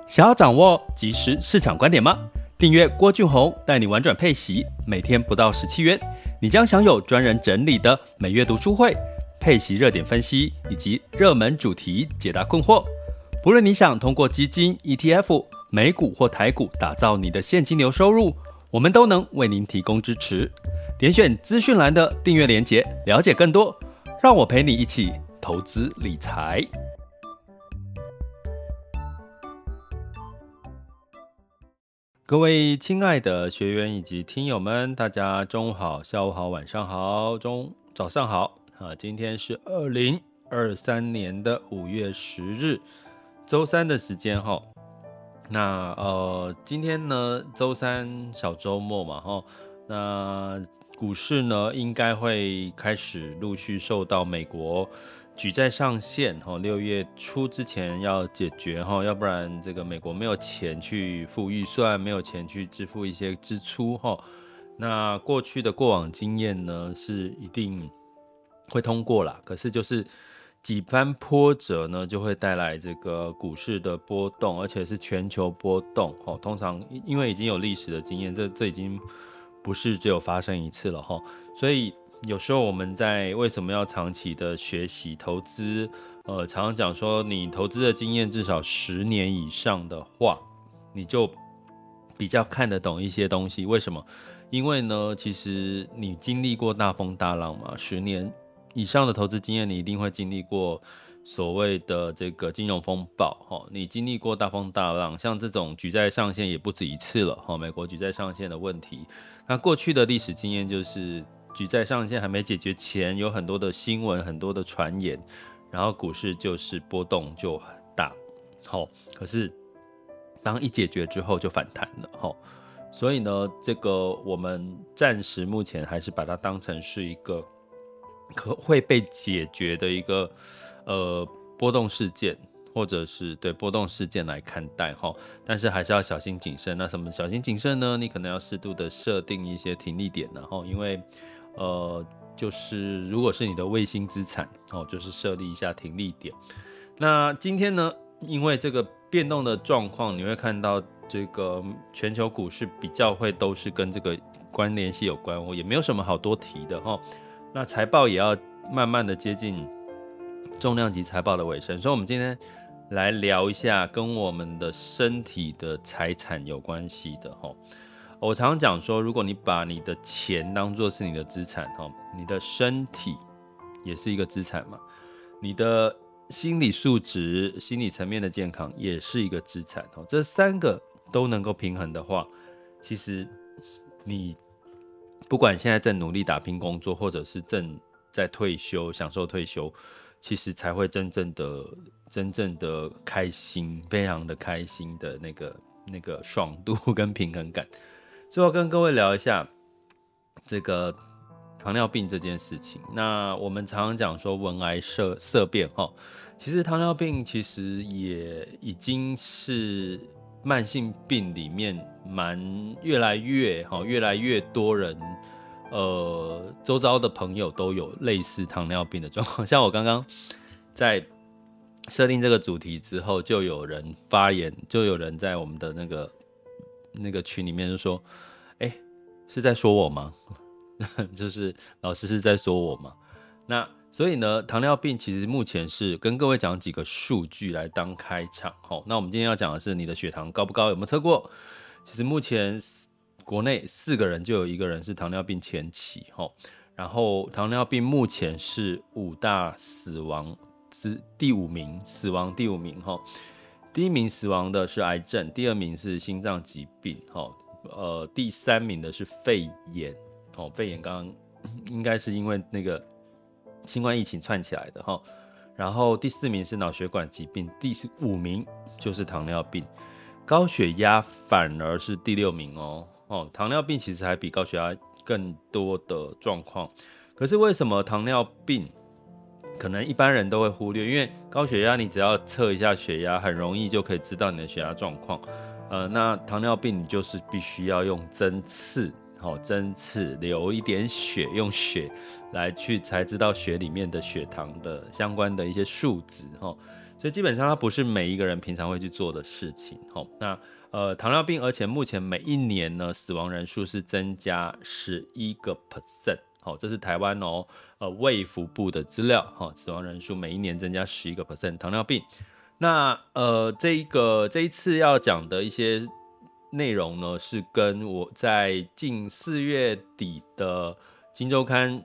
想要掌握即时市场观点吗？订阅郭俊宏带你玩转配息，每天不到17元，你将享有专人整理的每月读书会、配息热点分析以及热门主题解答困惑。不论你想通过基金、ETF、美股或台股打造你的现金流收入，我们都能为您提供支持。点选资讯栏的订阅连结，了解更多。让我陪你一起投资理财。各位亲爱的学员以及听友们，大家中午好、下午好、晚上好、早上好。今天是2023年的5月10日，周三的时间哈。那今天呢，周三小周末嘛那股市呢应该会开始陆续受到美国举债上限6月初之前要解决要不然这个美国没有钱去付预算，没有钱去支付一些支出那过去的过往经验呢是一定会通过啦，可是就是几番波折呢就会带来这个股市的波动，而且是全球波动通常因为已经有历史的经验，这已经不是只有发生一次了所以有时候我们在为什么要长期的学习投资常常讲说你投资的经验至少10年以上的话，你就比较看得懂一些东西。为什么？因为呢其实你经历过大风大浪嘛，10年以上的投资经验，你一定会经历过所谓的这个金融风暴你经历过大风大浪，像这种举债上限也不止一次了美国举债上限的问题。那过去的历史经验就是举债上限还没解决前，有很多的新闻，很多的传言，然后股市就是波动就很大可是当一解决之后就反弹了所以呢这个我们暂时目前还是把它当成是一个会被解决的一个波动事件，或者是对波动事件来看待但是还是要小心谨慎。那什么小心谨慎呢？你可能要适度的设定一些停利点因为就是如果是你的卫星资产就是设立一下停利点。那今天呢，因为这个变动的状况，你会看到这个全球股市比较会都是跟这个关联系有关，我也没有什么好多提的那财报也要慢慢的接近重量级财报的尾声，所以我们今天来聊一下跟我们的身体的财产有关系的我常常讲说，如果你把你的钱当作是你的资产你的身体也是一个资产嘛，你的心理素质、心理层面的健康也是一个资产这3个都能够平衡的话，其实你不管现在正努力打拼工作，或者是正在退休享受退休，其实才会真正的开心，非常的开心的那个爽度跟平衡感。所以我跟各位聊一下这个糖尿病这件事情。那我们常常讲说闻癌色变其实糖尿病其实也已经是慢性病里面越来越多人周遭的朋友都有类似糖尿病的状况。像我刚刚在设定这个主题之后，就有人发言，就有人在我们的那个群里面就说是在说我吗？就是老师是在说我吗？那所以呢，糖尿病其实目前是跟各位讲几个数据来当开场那我们今天要讲的是你的血糖高不高，有没有测过？其实目前国内4个人就有1个人是糖尿病前期然后糖尿病目前是5大死亡第5名，死亡第5名第1名死亡的是癌症，第2名是心脏疾病第3名的是肺炎肺炎刚刚应该是因为那个新冠疫情串起来的然后第4名是脑血管疾病，第5名就是糖尿病，高血压反而是第6名糖尿病其实还比高血压更多的状况。可是为什么糖尿病可能一般人都会忽略？因为高血压你只要测一下血压，很容易就可以知道你的血压状况那糖尿病你就是必须要用针刺流一点血，用血来去才知道血里面的血糖的相关的一些数值所以基本上它不是每一个人平常会去做的事情。那糖尿病，而且目前每一年呢死亡人数是增加11%。这是台湾卫福部的资料，死亡人数每一年增加11%，糖尿病。那这一次要讲的一些内容呢，是跟我在近4月底的金周刊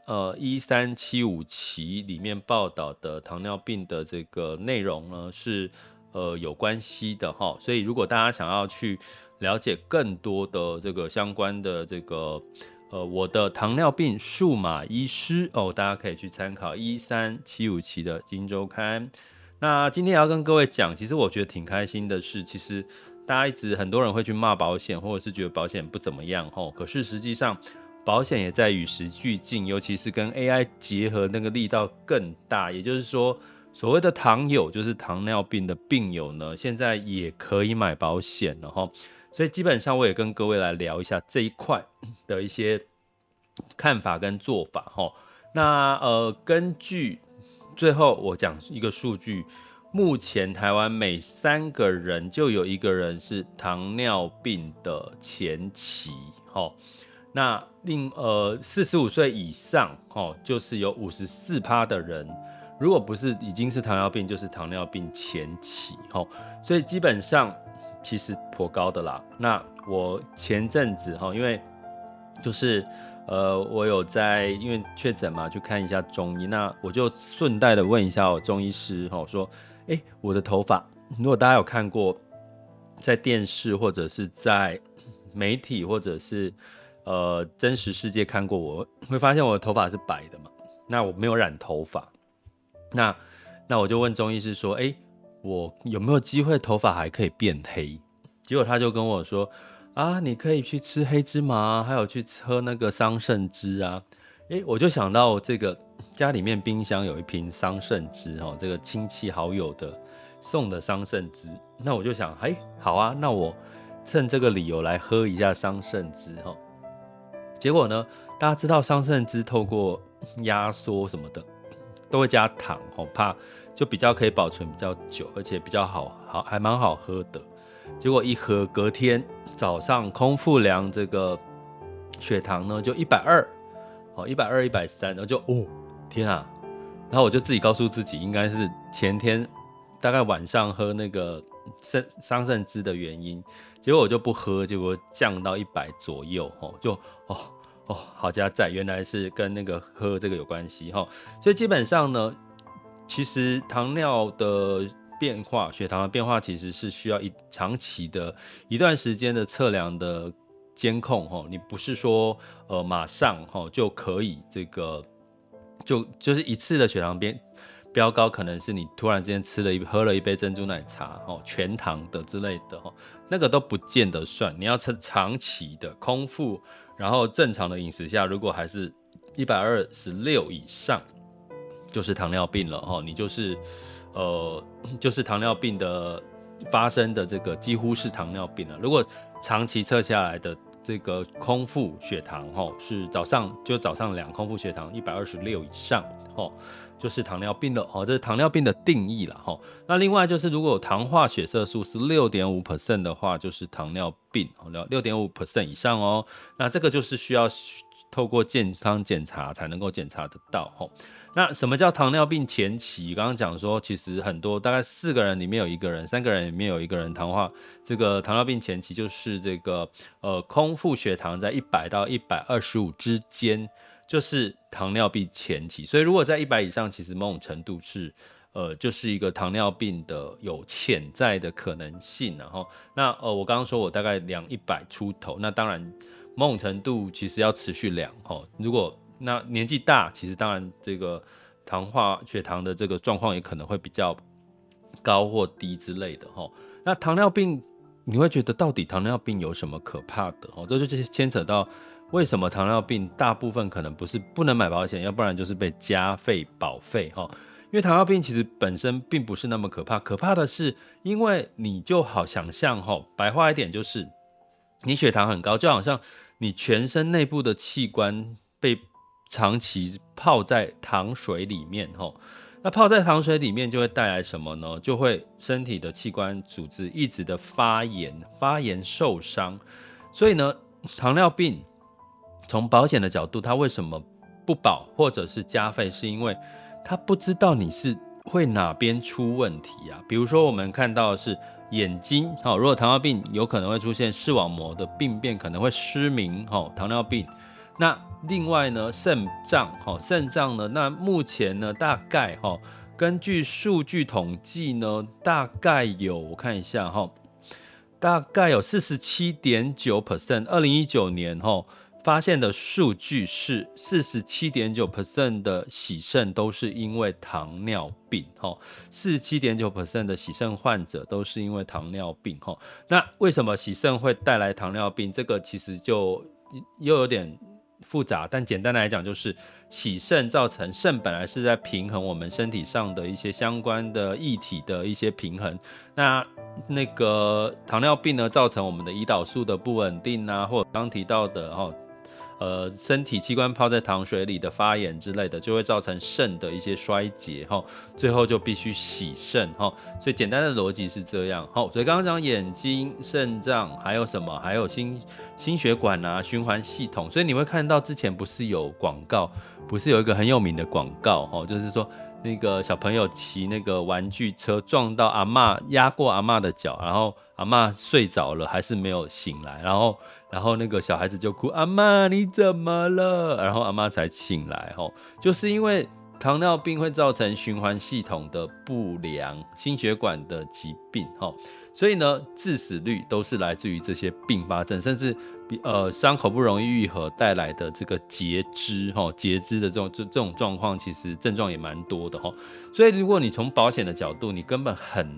1375期里面报道的糖尿病的这个内容呢是有关系的哈。所以如果大家想要去了解更多的这个相关的这个我的糖尿病数码医师大家可以去参考1375期的金周刊。那今天也要跟各位讲，其实我觉得挺开心的是，其实大家很多人会去骂保险，或者是觉得保险不怎么样可是实际上保险也在与时俱进，尤其是跟 AI 结合，那个力道更大。也就是说，所谓的糖友，就是糖尿病的病友呢，现在也可以买保险了所以基本上我也跟各位来聊一下这一块的一些看法跟做法那根据最后我讲一个数据，目前台湾每3个人就有1个人是糖尿病的前期那45岁以上就是有54%的人，如果不是已经是糖尿病，就是糖尿病前期所以基本上其实颇高的啦。那我前阵子因为就是我有因为确诊嘛，去看一下中医，那我就顺带的问一下中医师说我的头发，如果大家有看过在电视或者是在媒体或者是真实世界看过，我会发现我的头发是白的嘛，那我没有染头发，那我就问中医师说我有没有机会头发还可以变黑？结果他就跟我说你可以去吃黑芝麻还有去喝那个桑葚汁啊。我就想到这个家里面冰箱有一瓶桑葚汁这个亲戚好友的送的桑葚汁，那我就想好啊，那我趁这个理由来喝一下桑葚汁结果呢，大家知道桑葚汁透过压缩什么的都会加糖怕就比较可以保存比较久，而且比较好还蛮好喝的。结果一喝，隔天早上空腹量这个血糖呢就120 120 130，然后就天啊，然后我就自己告诉自己应该是前天大概晚上喝那个桑葚汁的原因，结果我就不喝，结果降到100左右就好加在，原来是跟那个喝这个有关系所以基本上呢，其实糖尿的变化，血糖的变化其实是需要长期的一段时间的测量的监控你不是说马上就可以这个就是一次的血糖飙高，可能是你突然之间喝了一杯珍珠奶茶全糖的之类的那个都不见得算。你要长期的空腹，然后正常的饮食下，如果还是126以上，就是糖尿病了你就是糖尿病的发生的这个几乎是糖尿病了。如果长期测下来的这个空腹血糖是早上量空腹血糖126以上就是糖尿病了这是糖尿病的定义啦那另外就是如果有糖化血色素是 6.5% 的话，就是糖尿病6.5% 以上那这个就是需要透过健康检查才能够检查得到那什么叫糖尿病前期？刚刚讲说，其实很多大概4个人里面有1个人，3个人里面有1个人这个糖尿病前期就是这个空腹血糖在100到125之间，就是糖尿病前期。所以如果在100以上，其实某种程度是就是一个糖尿病的有潜在的可能性那我刚刚说我大概量100出头，那当然某种程度其实要持续量如果那年纪大，其实当然这个糖化血糖的这个状况也可能会比较高或低之类的那糖尿病你会觉得到底糖尿病有什么可怕的这就牵扯到为什么糖尿病大部分可能不能买保险，要不然就是被加费保费因为糖尿病其实本身并不是那么可怕，可怕的是因为你就好想象白话一点就是你血糖很高，就好像你全身内部的器官被长期泡在糖水里面那泡在糖水里面就会带来什么呢？就会身体的器官组织一直的发炎受伤。所以呢，糖尿病从保险的角度，它为什么不保或者是加费？是因为它不知道你是会哪边出问题啊。比如说我们看到的是眼睛，如果糖尿病有可能会出现视网膜的病变，可能会失明，糖尿病。那另外呢，肾脏呢，那目前呢，大概根据数据统计呢，大概有我看一下大概有 47.9%， 2019年发现的数据是 47.9% 的洗肾都是因为糖尿病，47.9% 的洗肾患者都是因为糖尿病。那为什么洗肾会带来糖尿病？这个其实就又有点复杂，但简单来讲就是洗肾造成肾本来是在平衡我们身体上的一些相关的液体的一些平衡，那个糖尿病呢，造成我们的胰岛素的不稳定啊，或者刚提到的身体器官泡在糖水里的发炎之类的，就会造成肾的一些衰竭，最后就必须洗肾，所以简单的逻辑是这样。所以刚刚讲眼睛、肾脏，还有什么？还有心血管啊、循环系统。所以你会看到之前不是有广告，不是有一个很有名的广告，就是说那个小朋友骑那个玩具车撞到阿嬷，压过阿嬷的脚，然后阿嬷睡着了，还是没有醒来，然后那个小孩子就哭，阿嬷你怎么了？然后阿嬷才醒来，就是因为糖尿病会造成循环系统的不良、心血管的疾病，所以呢，致死率都是来自于这些并发症，甚至伤口不容易愈合带来的这个截肢的这种状况，其实症状也蛮多的。所以如果你从保险的角度，你根本很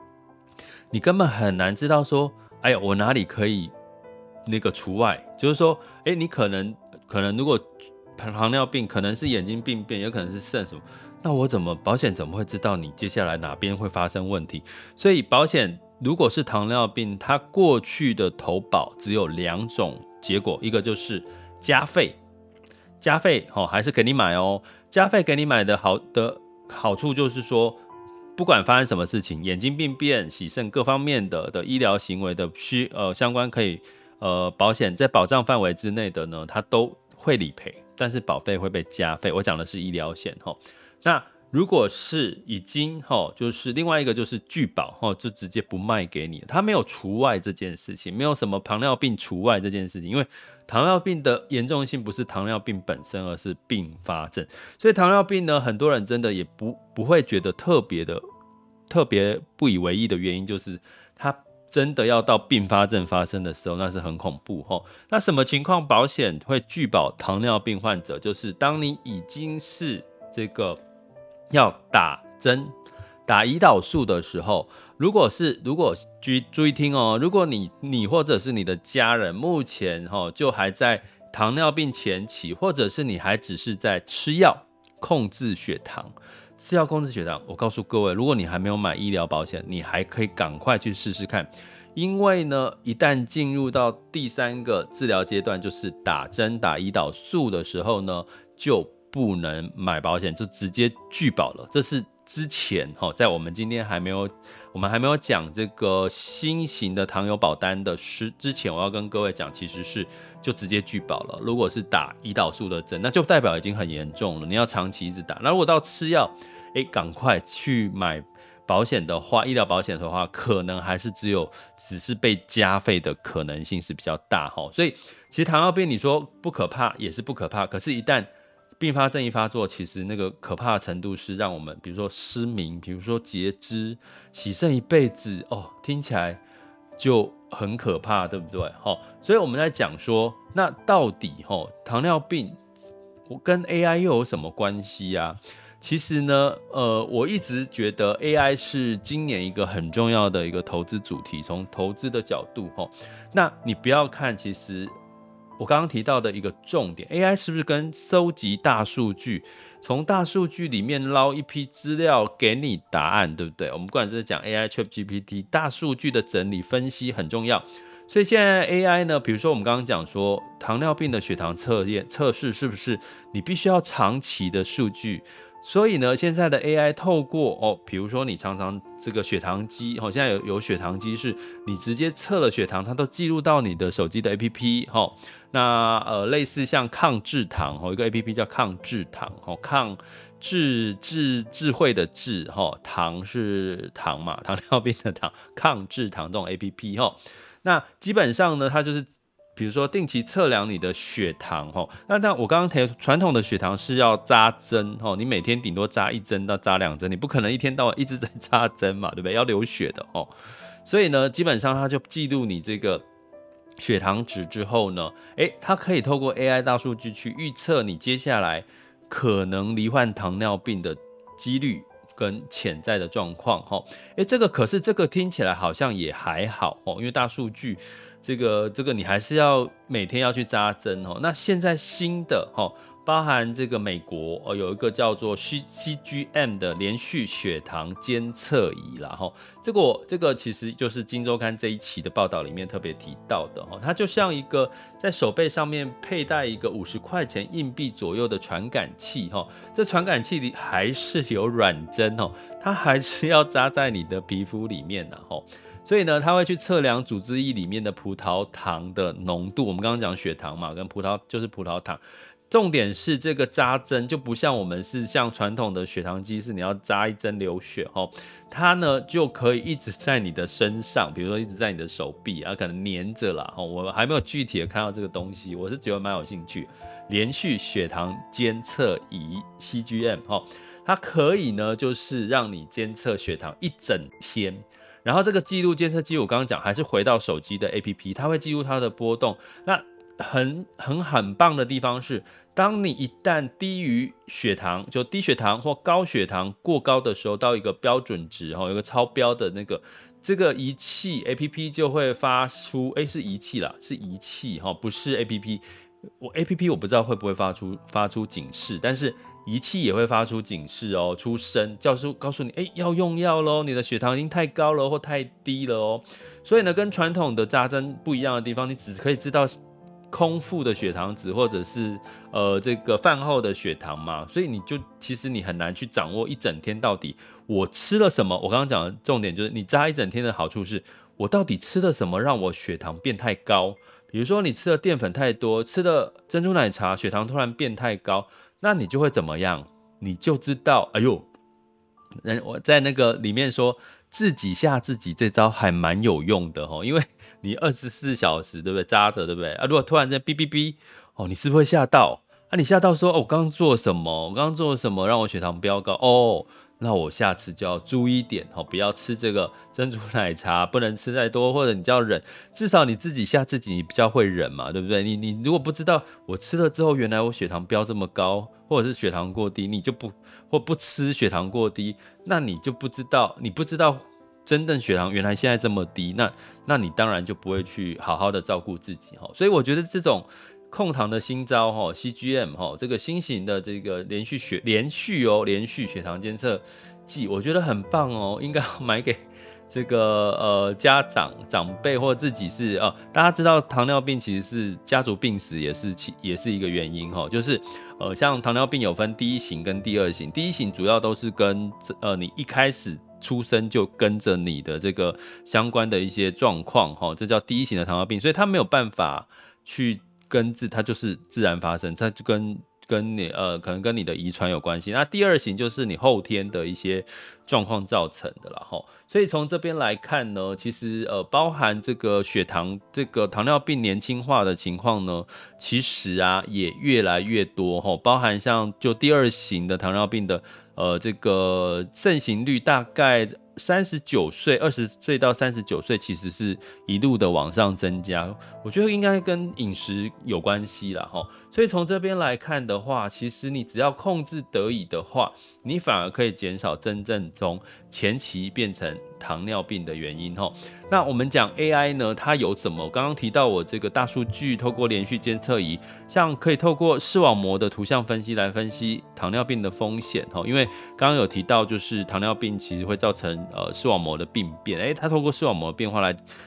难知道说，哎呀，我哪里可以那个除外，就是说，你可能如果糖尿病可能是眼睛病变，有可能是肾什么，那保险怎么会知道你接下来哪边会发生问题？所以保险如果是糖尿病，它过去的投保只有2种结果，一个就是加费还是给你买加费给你买的好处就是说，不管发生什么事情，眼睛病变、洗肾各方面的医疗行为的相关可以保险在保障范围之内的呢，它都会理赔，但是保费会被加费。我讲的是医疗险那如果是已经就是另外一个就是拒保就直接不卖给你，它没有除外这件事情，没有什么糖尿病除外这件事情，因为糖尿病的严重性不是糖尿病本身，而是并发症。所以糖尿病呢，很多人真的也不会觉得特别不以为意的原因，就是它真的要到并发症发生的时候，那是很恐怖那什么情况保险会拒保糖尿病患者？就是当你已经是这个要打针打胰岛素的时候，如果注意听如果你或者是你的家人目前就还在糖尿病前期，或者是你还只是在吃药控制血糖，我告诉各位，如果你还没有买医疗保险，你还可以赶快去试试看，因为呢，一旦进入到第3个治疗阶段，就是打针打胰岛素的时候呢，就不能买保险，就直接拒保了。这是之前在我们今天还没有讲这个新型的糖友保单的之前，我要跟各位讲，其实是就直接拒保了。如果是打胰岛素的针，那就代表已经很严重了，你要长期一直打。那如果到吃药，赶快去买保险的话，医疗保险的话，可能还是只是被加费的可能性是比较大所以其实糖尿病你说不可怕也是不可怕，可是一旦并发症一发作，其实那个可怕的程度是让我们比如说失明，比如说截肢、洗肾一辈子听起来就很可怕，对不对所以我们在讲说，那到底糖尿病跟 AI 又有什么关系啊？其实呢我一直觉得 AI 是今年一个很重要的一个投资主题，从投资的角度那你不要看，其实我刚刚提到的一个重点 ，AI 是不是跟收集大数据，从大数据里面捞一批资料给你答案，对不对？我们不管是讲 AI、ChatGPT， 大数据的整理分析很重要。所以现在 AI 呢，比如说我们刚刚讲说糖尿病的血糖测试，是不是你必须要长期的数据？ 所以呢，现在的 AI 透过比如说你常常这个血糖机现在有血糖机是你直接测了血糖，它都记录到你的手机的 APP 那类似像抗智糖一个 APP 叫抗智糖抗智慧的智糖是糖嘛，糖尿病的糖，抗智糖这种 APP 那基本上呢，它就是比如说定期测量你的血糖那我刚刚提传统的血糖是要扎针你每天顶多扎1针到扎2针，你不可能一天到晚一直在扎针嘛，对不对？要流血的所以呢，基本上它就记录你这个血糖值之后呢，它可以透过 AI 大数据去预测你接下来可能罹患糖尿病的几率跟潜在的状况可是这个听起来好像也还好因为大数据这个你还是要每天要去扎针那现在新的包含这个美国有一个叫做 CGM 的连续血糖监测仪啦这个其实就是《今周刊》这一期的报道里面特别提到的它就像一个在手背上面佩戴一个50块钱硬币左右的传感器这传感器里还是有软针它还是要扎在你的皮肤里面的所以呢，它会去测量组织液里面的葡萄糖的浓度。我们刚刚讲血糖嘛，跟葡萄糖。重点是这个扎针就不像我们是像传统的血糖机，是你要扎1针流血它呢就可以一直在你的身上，比如说一直在你的手臂可能黏着啦我还没有具体的看到这个东西，我是觉得蛮有兴趣。连续血糖监测仪 CGM 它可以呢就是让你监测血糖一整天。然后这个监测记录我刚刚讲还是回到手机的 APP， 它会记录它的波动。那很棒的地方是，当你一旦低于血糖，就低血糖或高血糖过高的时候，到一个标准值有一个超标的这个仪器 APP 就会发出是仪器啦，是仪器不是 APP。APP 我不知道会不会发出警示，但是仪器也会发出警示出声告诉你要用药咯，你的血糖已经太高了或太低了所以呢，跟传统的扎针不一样的地方，你只可以知道空腹的血糖值或者是这个饭后的血糖嘛，所以其实你很难去掌握一整天到底我吃了什么。我刚刚讲的重点就是你扎一整天的好处是我到底吃了什么让我血糖变太高。比如说你吃的淀粉太多，吃的珍珠奶茶血糖突然变太高，那你就会怎么样？你就知道我在那个里面说自己吓自己这招还蛮有用的因为你24小时对不对扎着对不对如果突然间哔哔哔你是不是会吓到你吓到说我刚刚做了什么让我血糖飙高那我下次就要注意点不要吃这个珍珠奶茶，不能吃太多，或者你就要忍，至少你自己吓自己，你比较会忍嘛，对不对？你如果不知道我吃了之后原来我血糖飙这么高，或者是血糖过低，你就不吃血糖过低，那你就不知道真正血糖原来现在这么低，那你当然就不会去好好的照顾自己所以我觉得这种控糖的新招CGM 这个新型的这个连续血糖监测剂，我觉得很棒应该要买给这个家长长辈或自己是大家知道糖尿病其实是家族病史也是一个原因就是像糖尿病有分第1型跟第2型，第1型主要都是跟你一开始出生就跟着你的这个相关的一些状况这叫第1型的糖尿病，所以它没有办法去根治，它就是自然发生，它就跟你可能跟你的遗传有关系。那第2型就是你后天的一些状况造成的啦所以从这边来看呢，其实包含这个血糖这个糖尿病年轻化的情况呢，其实也越来越多包含像就第2型的糖尿病的这个盛行率大概39岁20岁到39岁其实是一路的往上增加，我觉得应该跟饮食有关系啦所以从这边来看的话，其实你只要控制得宜的话，你反而可以减少真正从前期变成糖尿病的原因那我们讲 AI 呢，它有什么？我刚刚提到我这个大数据透过连续监测仪，像可以透过视网膜的图像分析来分析糖尿病的风险因为刚刚有提到就是糖尿病其实会造成视网膜的病变它透过视网膜的变化来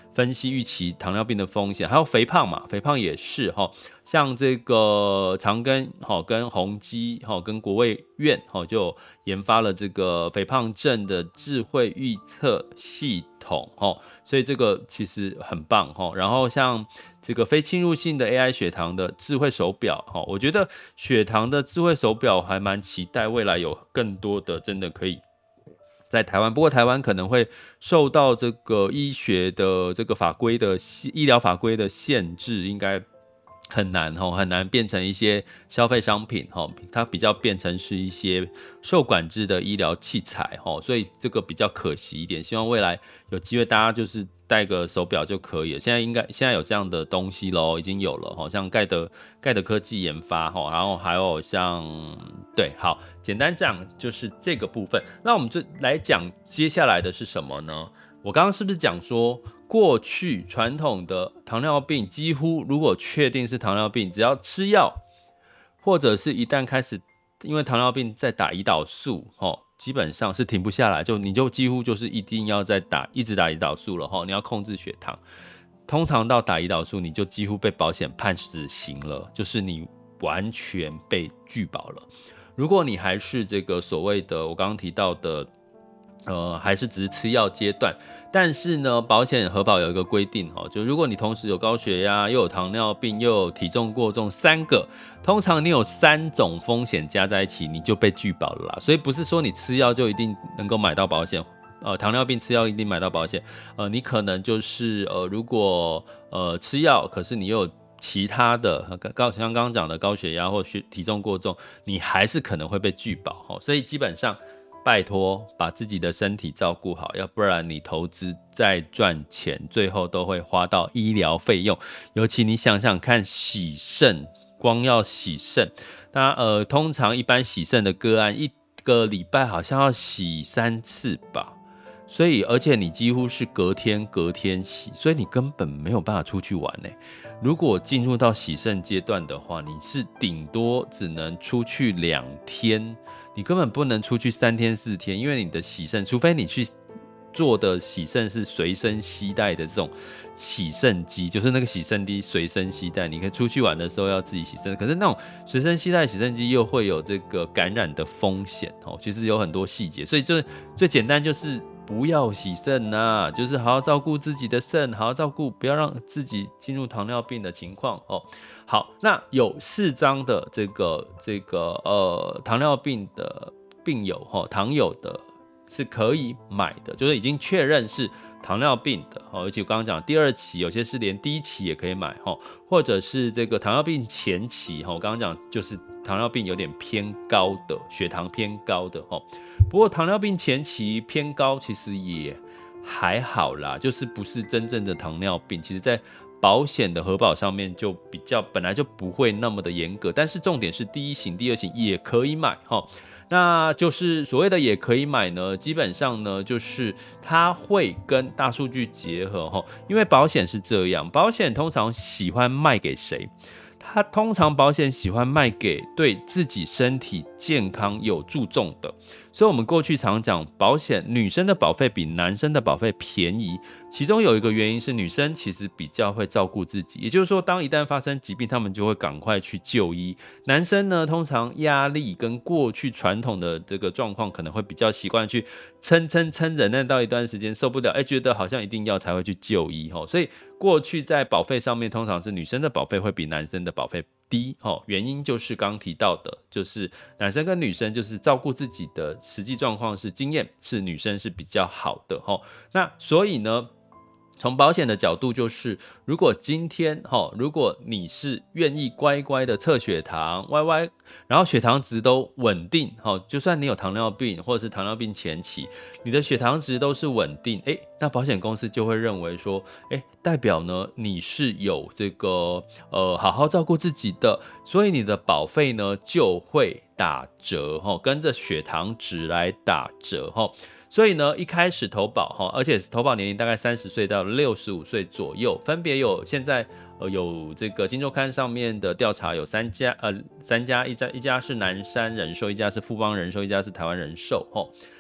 分析预期糖尿病的风险，还有肥胖嘛，肥胖也是像这个长庚跟宏基跟国卫院就研发了这个肥胖症的智慧预测系统所以这个其实很棒然后像这个非侵入性的 AI 血糖的智慧手表我觉得血糖的智慧手表还蛮期待未来有更多的真的可以在台湾，不过台湾可能会受到这个医学的这个法规的医疗法规的限制，应该很难变成一些消费商品它比较变成是一些受管制的医疗器材所以这个比较可惜一点。希望未来有机会大家就是戴个手表就可以了。现在有这样的东西咯，已经有了像盖德科技研发然后还有像对，好，简单讲就是这个部分。那我们就来讲接下来的是什么呢？我刚刚是不是讲说过去传统的糖尿病几乎如果确定是糖尿病，只要吃药或者是一旦开始因为糖尿病在打胰岛素基本上是停不下来，你就几乎就是一定要一直打胰岛素了你要控制血糖。通常到打胰岛素你就几乎被保险判死刑了，就是你完全被拒保了。如果你还是这个所谓的我刚刚提到的还是只是吃药阶段，但是呢保险核保有一个规定就如果你同时有高血压又有糖尿病又有体重过重3个，通常你有3种风险加在一起你就被拒保了啦。所以不是说你吃药就一定能够买到保险糖尿病吃药一定买到保险你可能就是如果吃药可是你又有其他的像刚刚讲的高血压或体重过重，你还是可能会被拒保所以基本上拜托把自己的身体照顾好，要不然你投资再赚钱最后都会花到医疗费用。尤其你想想看，洗肾光要洗肾通常一般洗肾的个案一个礼拜好像要洗3次吧，所以而且你几乎是隔天洗，所以你根本没有办法出去玩如果进入到洗肾阶段的话，你是顶多只能出去2天，你根本不能出去3天4天，因为你的洗肾，除非你去做的洗肾是随身携带的这种洗肾机，就是那个洗肾机随身携带，你可以出去玩的时候要自己洗肾。可是那种随身携带洗肾机又会有这个感染的风险其实有很多细节，所以就是最简单就是不要洗肾就是好好照顾自己的肾，好好照顾，不要让自己进入糖尿病的情况好，那有4张的这个糖尿病的病友糖友的是可以买的，就是已经确认是糖尿病的而且我刚刚讲第2期，有些是连第1期也可以买或者是这个糖尿病前期我刚刚讲就是糖尿病有点偏高的，血糖偏高的不过糖尿病前期偏高其实也还好啦，就是不是真正的糖尿病，其实在保险的核保上面就比较本来就不会那么的严格，但是重点是第1型第2型也可以买那就是所谓的也可以买呢，基本上呢就是它会跟大数据结合因为保险是这样，保险通常喜欢卖给谁？它通常保险喜欢卖给对自己身体健康有注重的，所以我们过去常讲保险女生的保费比男生的保费便宜，其中有一个原因是女生其实比较会照顾自己，也就是说当一旦发生疾病他们就会赶快去就医，男生呢通常压力跟过去传统的这个状况可能会比较习惯去撑忍耐到一段时间受不了觉得好像一定要才会去就医所以过去在保费上面通常是女生的保费会比男生的保费低原因就是刚提到的，就是男生跟女生就是照顾自己的实际状况是经验是女生是比较好的那所以呢从保险的角度就是如果今天如果你是愿意乖乖的测血糖然后血糖值都稳定就算你有糖尿病或者是糖尿病前期你的血糖值都是稳定那保险公司就会认为说代表呢你是有这个好好照顾自己的，所以你的保费呢就会打折跟着血糖值来打折所以呢一开始投保而且投保年龄大概30岁到65岁左右，分别有现在有这个金周刊上面的调查有3家一家是南山人寿，一家是富邦人寿，一家是台湾人寿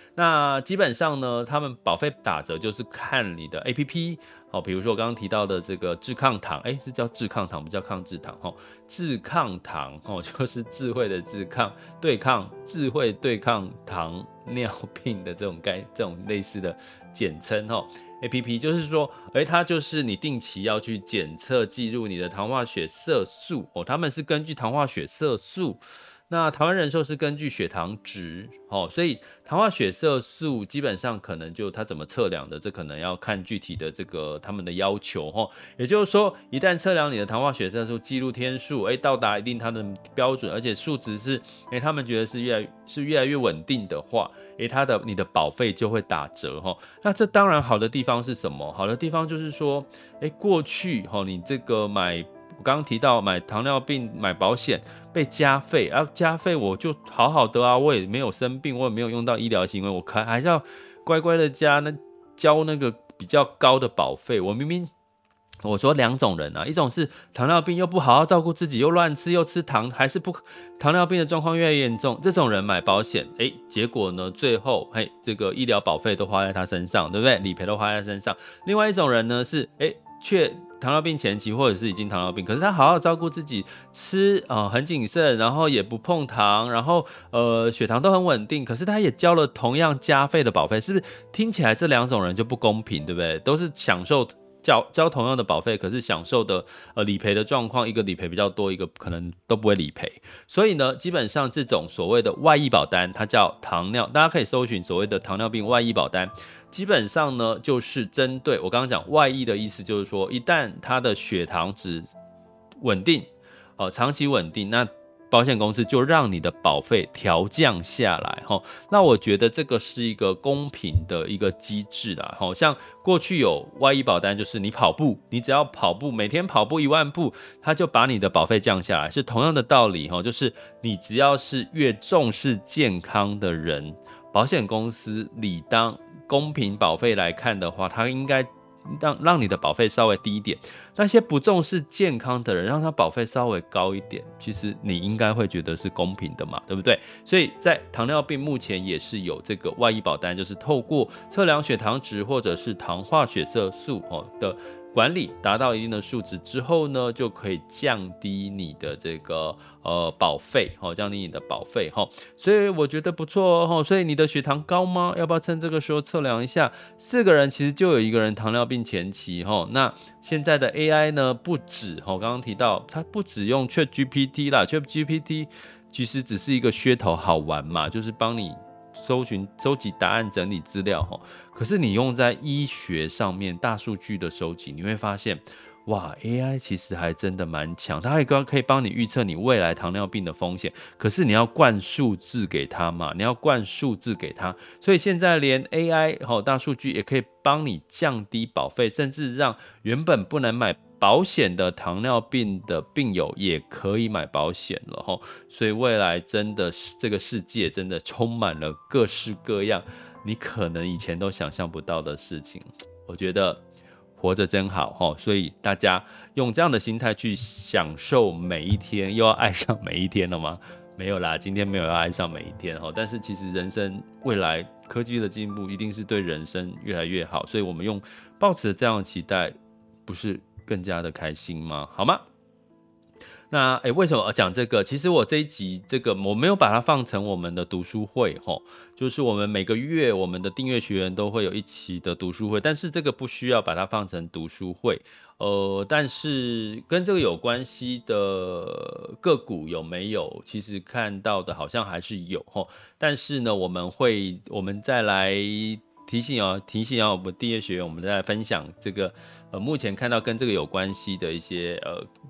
那基本上呢，他们保费打折就是看你的 APP。好，比如说我刚刚提到的这个智抗糖，是叫智抗糖，不叫抗智糖哈。智抗糖就是智慧的智抗，智慧对抗糖尿病的这种类似的简称哈。APP 就是说，它就是你定期要去检测记录你的糖化血色素他们是根据糖化血色素。那台湾人寿是根据血糖值，所以糖化血色素基本上可能就它怎么测量的，这可能要看具体的这个他们的要求也就是说，一旦测量你的糖化血色素记录天数，到达一定它的标准，而且数值是他们觉得是越来越稳定的话，你的保费就会打折那这当然好的地方是什么？好的地方就是说，过去你这个我刚刚提到买糖尿病买保险被加费加费我就好好的我也没有生病，我也没有用到医疗行为，我还是要乖乖的交那个比较高的保费。我说两种人一种是糖尿病又不好好照顾自己，又乱吃又吃糖，还是糖尿病的状况越来越严重，这种人买保险，结果呢，最后这个医疗保费都花在他身上，对不对？理赔都花在身上。另外一种人呢是却糖尿病前期或者是已经糖尿病，可是他好好照顾自己，吃很谨慎，然后也不碰糖，然后血糖都很稳定，可是他也交了同样加费的保费，是不是听起来这两种人就不公平，对不对？都是享受交同样的保费，可是享受的理赔的状况，一个理赔比较多，一个可能都不会理赔。所以呢，基本上这种所谓的外溢保单，它叫大家可以搜寻所谓的糖尿病外溢保单。基本上呢，就是针对我刚刚讲外溢的意思，就是说一旦他的血糖值稳定，长期稳定，那保险公司就让你的保费调降下来那我觉得这个是一个公平的一个机制啦像过去有外溢保单，就是你跑步，你只要跑步，每天跑步1万步，他就把你的保费降下来，是同样的道理就是你只要是越重视健康的人，保险公司理当公平保费来看的话，他应该让你的保费稍微低一点，那些不重视健康的人让他保费稍微高一点，其实你应该会觉得是公平的嘛，对不对？所以在糖尿病目前也是有这个外溢保单，就是透过测量血糖值或者是糖化血色素的管理达到一定的数值之后呢，就可以降低你的这个保费降低你的保费所以我觉得不错所以你的血糖高吗？要不要趁这个时候测量一下？4个人其实就有1个人糖尿病前期那现在的 AI 呢，不止刚刚提到它不止用 ChatGPT 啦，ChatGPT 其实只是一个噱头好玩嘛，就是帮你收集答案、整理资料可是你用在医学上面，大数据的收集，你会发现，哇 ，AI 其实还真的蛮强，它可以帮你预测你未来糖尿病的风险。可是你要灌数字给它嘛，所以现在连 AI 大数据也可以帮你降低保费，甚至让原本不能买保险的糖尿病的病友也可以买保险了所以未来真的这个世界真的充满了各式各样你可能以前都想象不到的事情。我觉得活着真好所以大家用这样的心态去享受每一天，又要爱上每一天了吗？没有啦，今天没有要爱上每一天但是其实人生未来科技的进步一定是对人生越来越好，所以我们抱持这样的期待，不是更加的开心吗？好吗？那为什么讲这个？其实我这一集我没有把它放成我们的读书会就是我们每个月我们的订阅学员都会有一期的读书会，但是这个不需要把它放成读书会。但是跟这个有关系的个股有没有？其实看到的好像还是有但是呢，我们再来提醒我们订阅学员，我们再来分享这个目前看到跟这个有关系的一些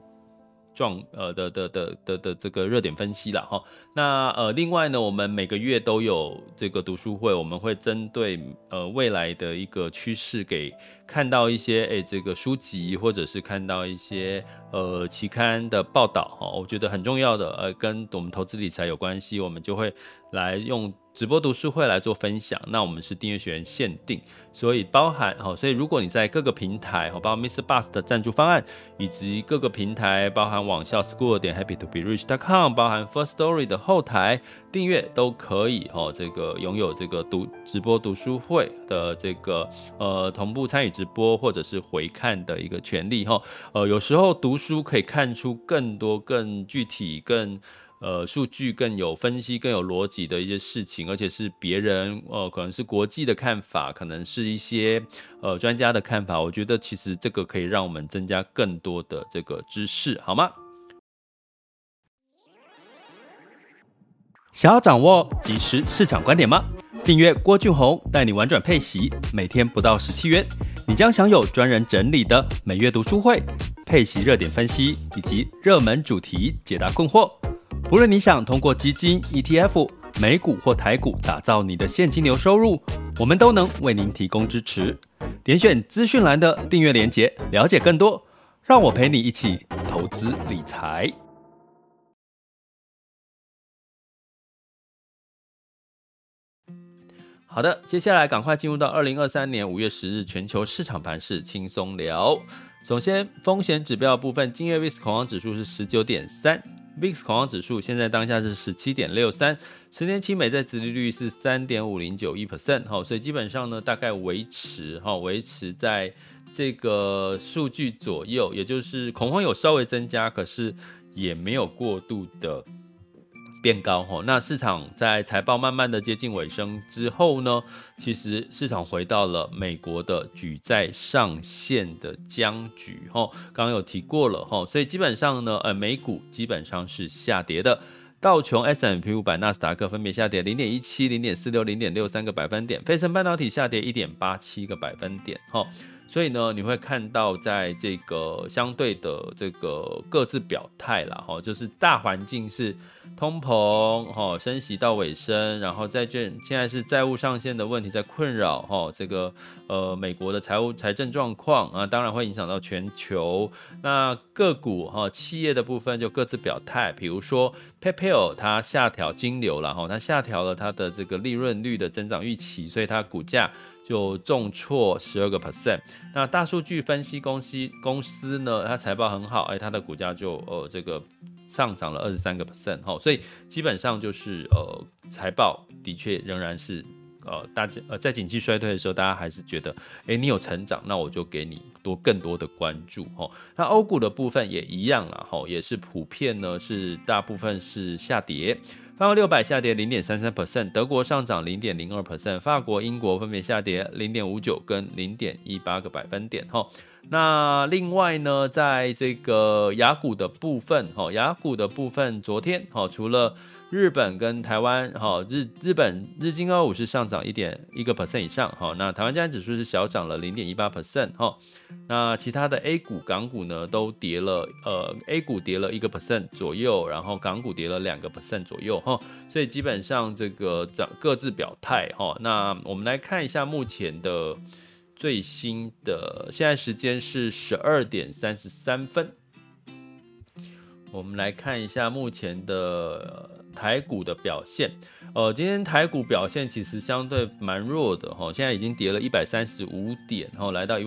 这个热点分析啦那另外呢，我们每个月都有这个读书会，我们会针对未来的一个趋势，给看到一些这个书籍，或者是看到一些期刊的报道我觉得很重要的跟我们投资理财有关系，我们就会来用直播读书会来做分享。那我们是订阅学员限定，所以包含所以如果你在各个平台包括 Mr. Bus 的赞助方案，以及各个平台包含网校 school.happytoberich.com， 包含 First Story 的后台订阅都可以这个拥有这个直播读书会的这个同步参与直播或者是回看的一个权利有时候读书可以看出更多更具体更数据更有分析更有逻辑的一些事情，而且是别人可能是国际的看法，可能是一些专家的看法，我觉得其实这个可以让我们增加更多的这个知识，好吗？想要掌握即时市场观点吗？订阅郭俊宏带你玩转配息，每天不到17元，你将享有专人整理的每月读书会、配息热点分析以及热门主题解答困惑。不论你想通过基金、ETF、美股或台股打造你的现金流收入，我们都能为您提供支持。点选资讯栏的订阅连结，了解更多。让我陪你一起投资理财。好的，接下来赶快进入到2023年5月10日全球市场盘势轻松聊。首先，风险指标的部分，今日 VIX 恐慌指数是 19.3，VIX 恐慌指数现在当下是 17.63， 10年期美债殖利率是 3.5091%， 所以基本上呢大概维持在这个数据左右，也就是恐慌有稍微增加，可是也没有过度的变高。那市场在财报慢慢的接近尾声之后呢，其实市场回到了美国的举债上限的僵局，刚刚有提过了，所以基本上呢美股基本上是下跌的。道琼 S&P 500、纳斯达克分别下跌 0.17、0.46、0.63 个百分点，费城半导体下跌 1.87 个百分点。所以呢，你会看到在这个相对的这个各自表态啦，就是大环境是通膨升息到尾声，然后债券现在是债务上限的问题在困扰这个美国的财政状况啊，当然会影响到全球。那个股企业的部分就各自表态，比如说 PayPal 它下调金流了它下调了它的这个利润率的增长预期，所以它股价就重挫 12%。 那大数据分析公司呢，它财报很好，它的股价就这个上涨了 23%， 所以基本上就是财报的确仍然是大家在景气衰退的时候，大家还是觉得你有成长，那我就给你更多的关注那欧股的部分也一样啦也是普遍呢是大部分是下跌。法国600下跌 0.33%， 德国上涨 0.02%， 法国、英国分别下跌 0.59 跟 0.18 个百分点那另外呢，在这个亚股的部分昨天除了日本跟台湾日本日经225是上涨 1.1% 以上那台湾加权指数是小涨了 0.18%那其他的 A 股港股呢都跌了A 股跌了 1% 左右，然后港股跌了 2% 左右所以基本上这个各自表态那我们来看一下目前的最新的，现在时间是12点33分。我们来看一下目前的台股的表现。今天台股表现其实相对蛮弱的现在已经跌了135点来到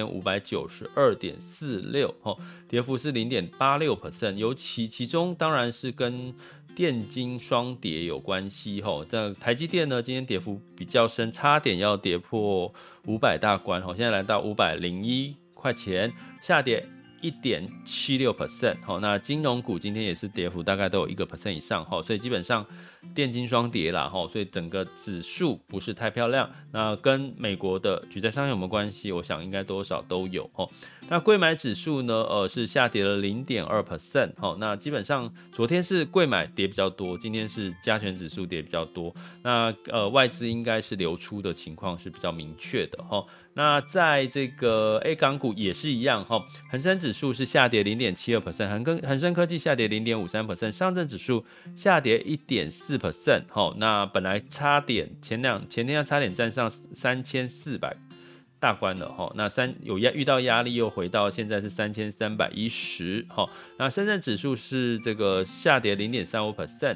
15,592.46 跌幅是 0.86%， 尤其中当然是跟电金双跌有关系这台积电呢今天跌幅比较深，差点要跌破500大关现在来到501块钱，下跌1.76%那金融股今天也是跌幅大概都有1% 以上所以基本上电金双跌啦所以整个指数不是太漂亮。那跟美国的举债上限有没有关系？我想应该多少都有那柜买指数呢是下跌了 0.2% 那基本上昨天是柜买跌比较多，今天是加权指数跌比较多。那外资应该是流出的情况是比较明确的那在这个 A 港股也是一样恒生指数是下跌 0.72%， 恒生科技下跌 0.53%， 上证指数下跌 1.4%那本来差点前天要差点站上3400大关了那遇到压力又回到现在是3310那深圳指数是这个下跌 0.35%，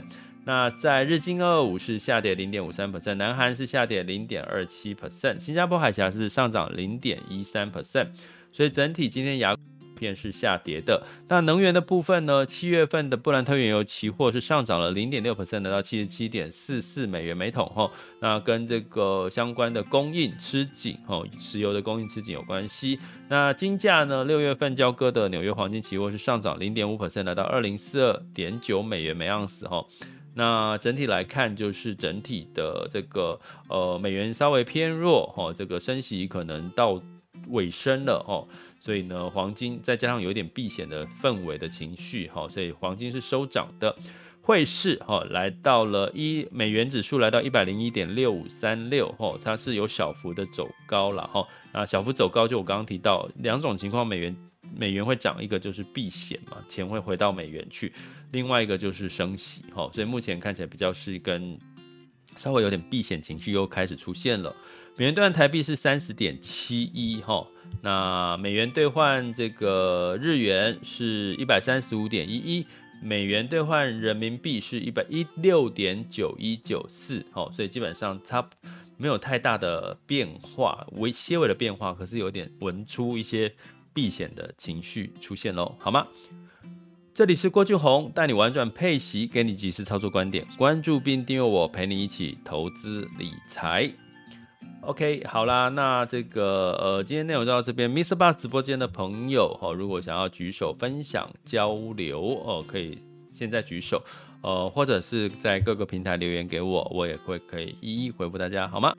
那在日经225是下跌 0.53%， 南韩是下跌 0.27%， 新加坡海峡是上涨 0.13%， 所以整体今天亚片是下跌的。那能源的部分呢，7月份的布兰特原油期货是上涨了 0.6%， 来到 77.44 美元每桶。那跟这个相关的供应吃紧，石油的供应吃紧有关系。那金价呢，6月份交割的纽约黄金期货是上涨 0.5%， 来到 2042.9 美元每盎司。那整体来看，就是整体的这个美元稍微偏弱，这个升息可能到尾声了，所以呢，黄金再加上有一点避险的氛围的情绪，所以黄金是收涨的。汇市来到了美元指数来到 101.6536，它是有小幅的走高了，那小幅走高就我刚刚提到两种情况，美元会涨，一个就是避险嘛，钱会回到美元去，另外一个就是升息，所以目前看起来比较是跟稍微有点避险情绪又开始出现了。美元兑换台币是 30.71，那美元兑换这个日元是 135.11， 美元兑换人民币是 116.9194， 所以基本上它没有太大的变化，些微的变化，可是有点闻出一些避险的情绪出现咯，好吗？这里是郭俊宏，带你玩转配息，给你及时操作观点，关注并订阅我，陪你一起投资理财。OK， 好啦，那这个今天内容就到这边。Mr. Bus 直播间的朋友，如果想要举手分享交流，可以现在举手，或者是在各个平台留言给我，我也会可以一一回复大家，好吗？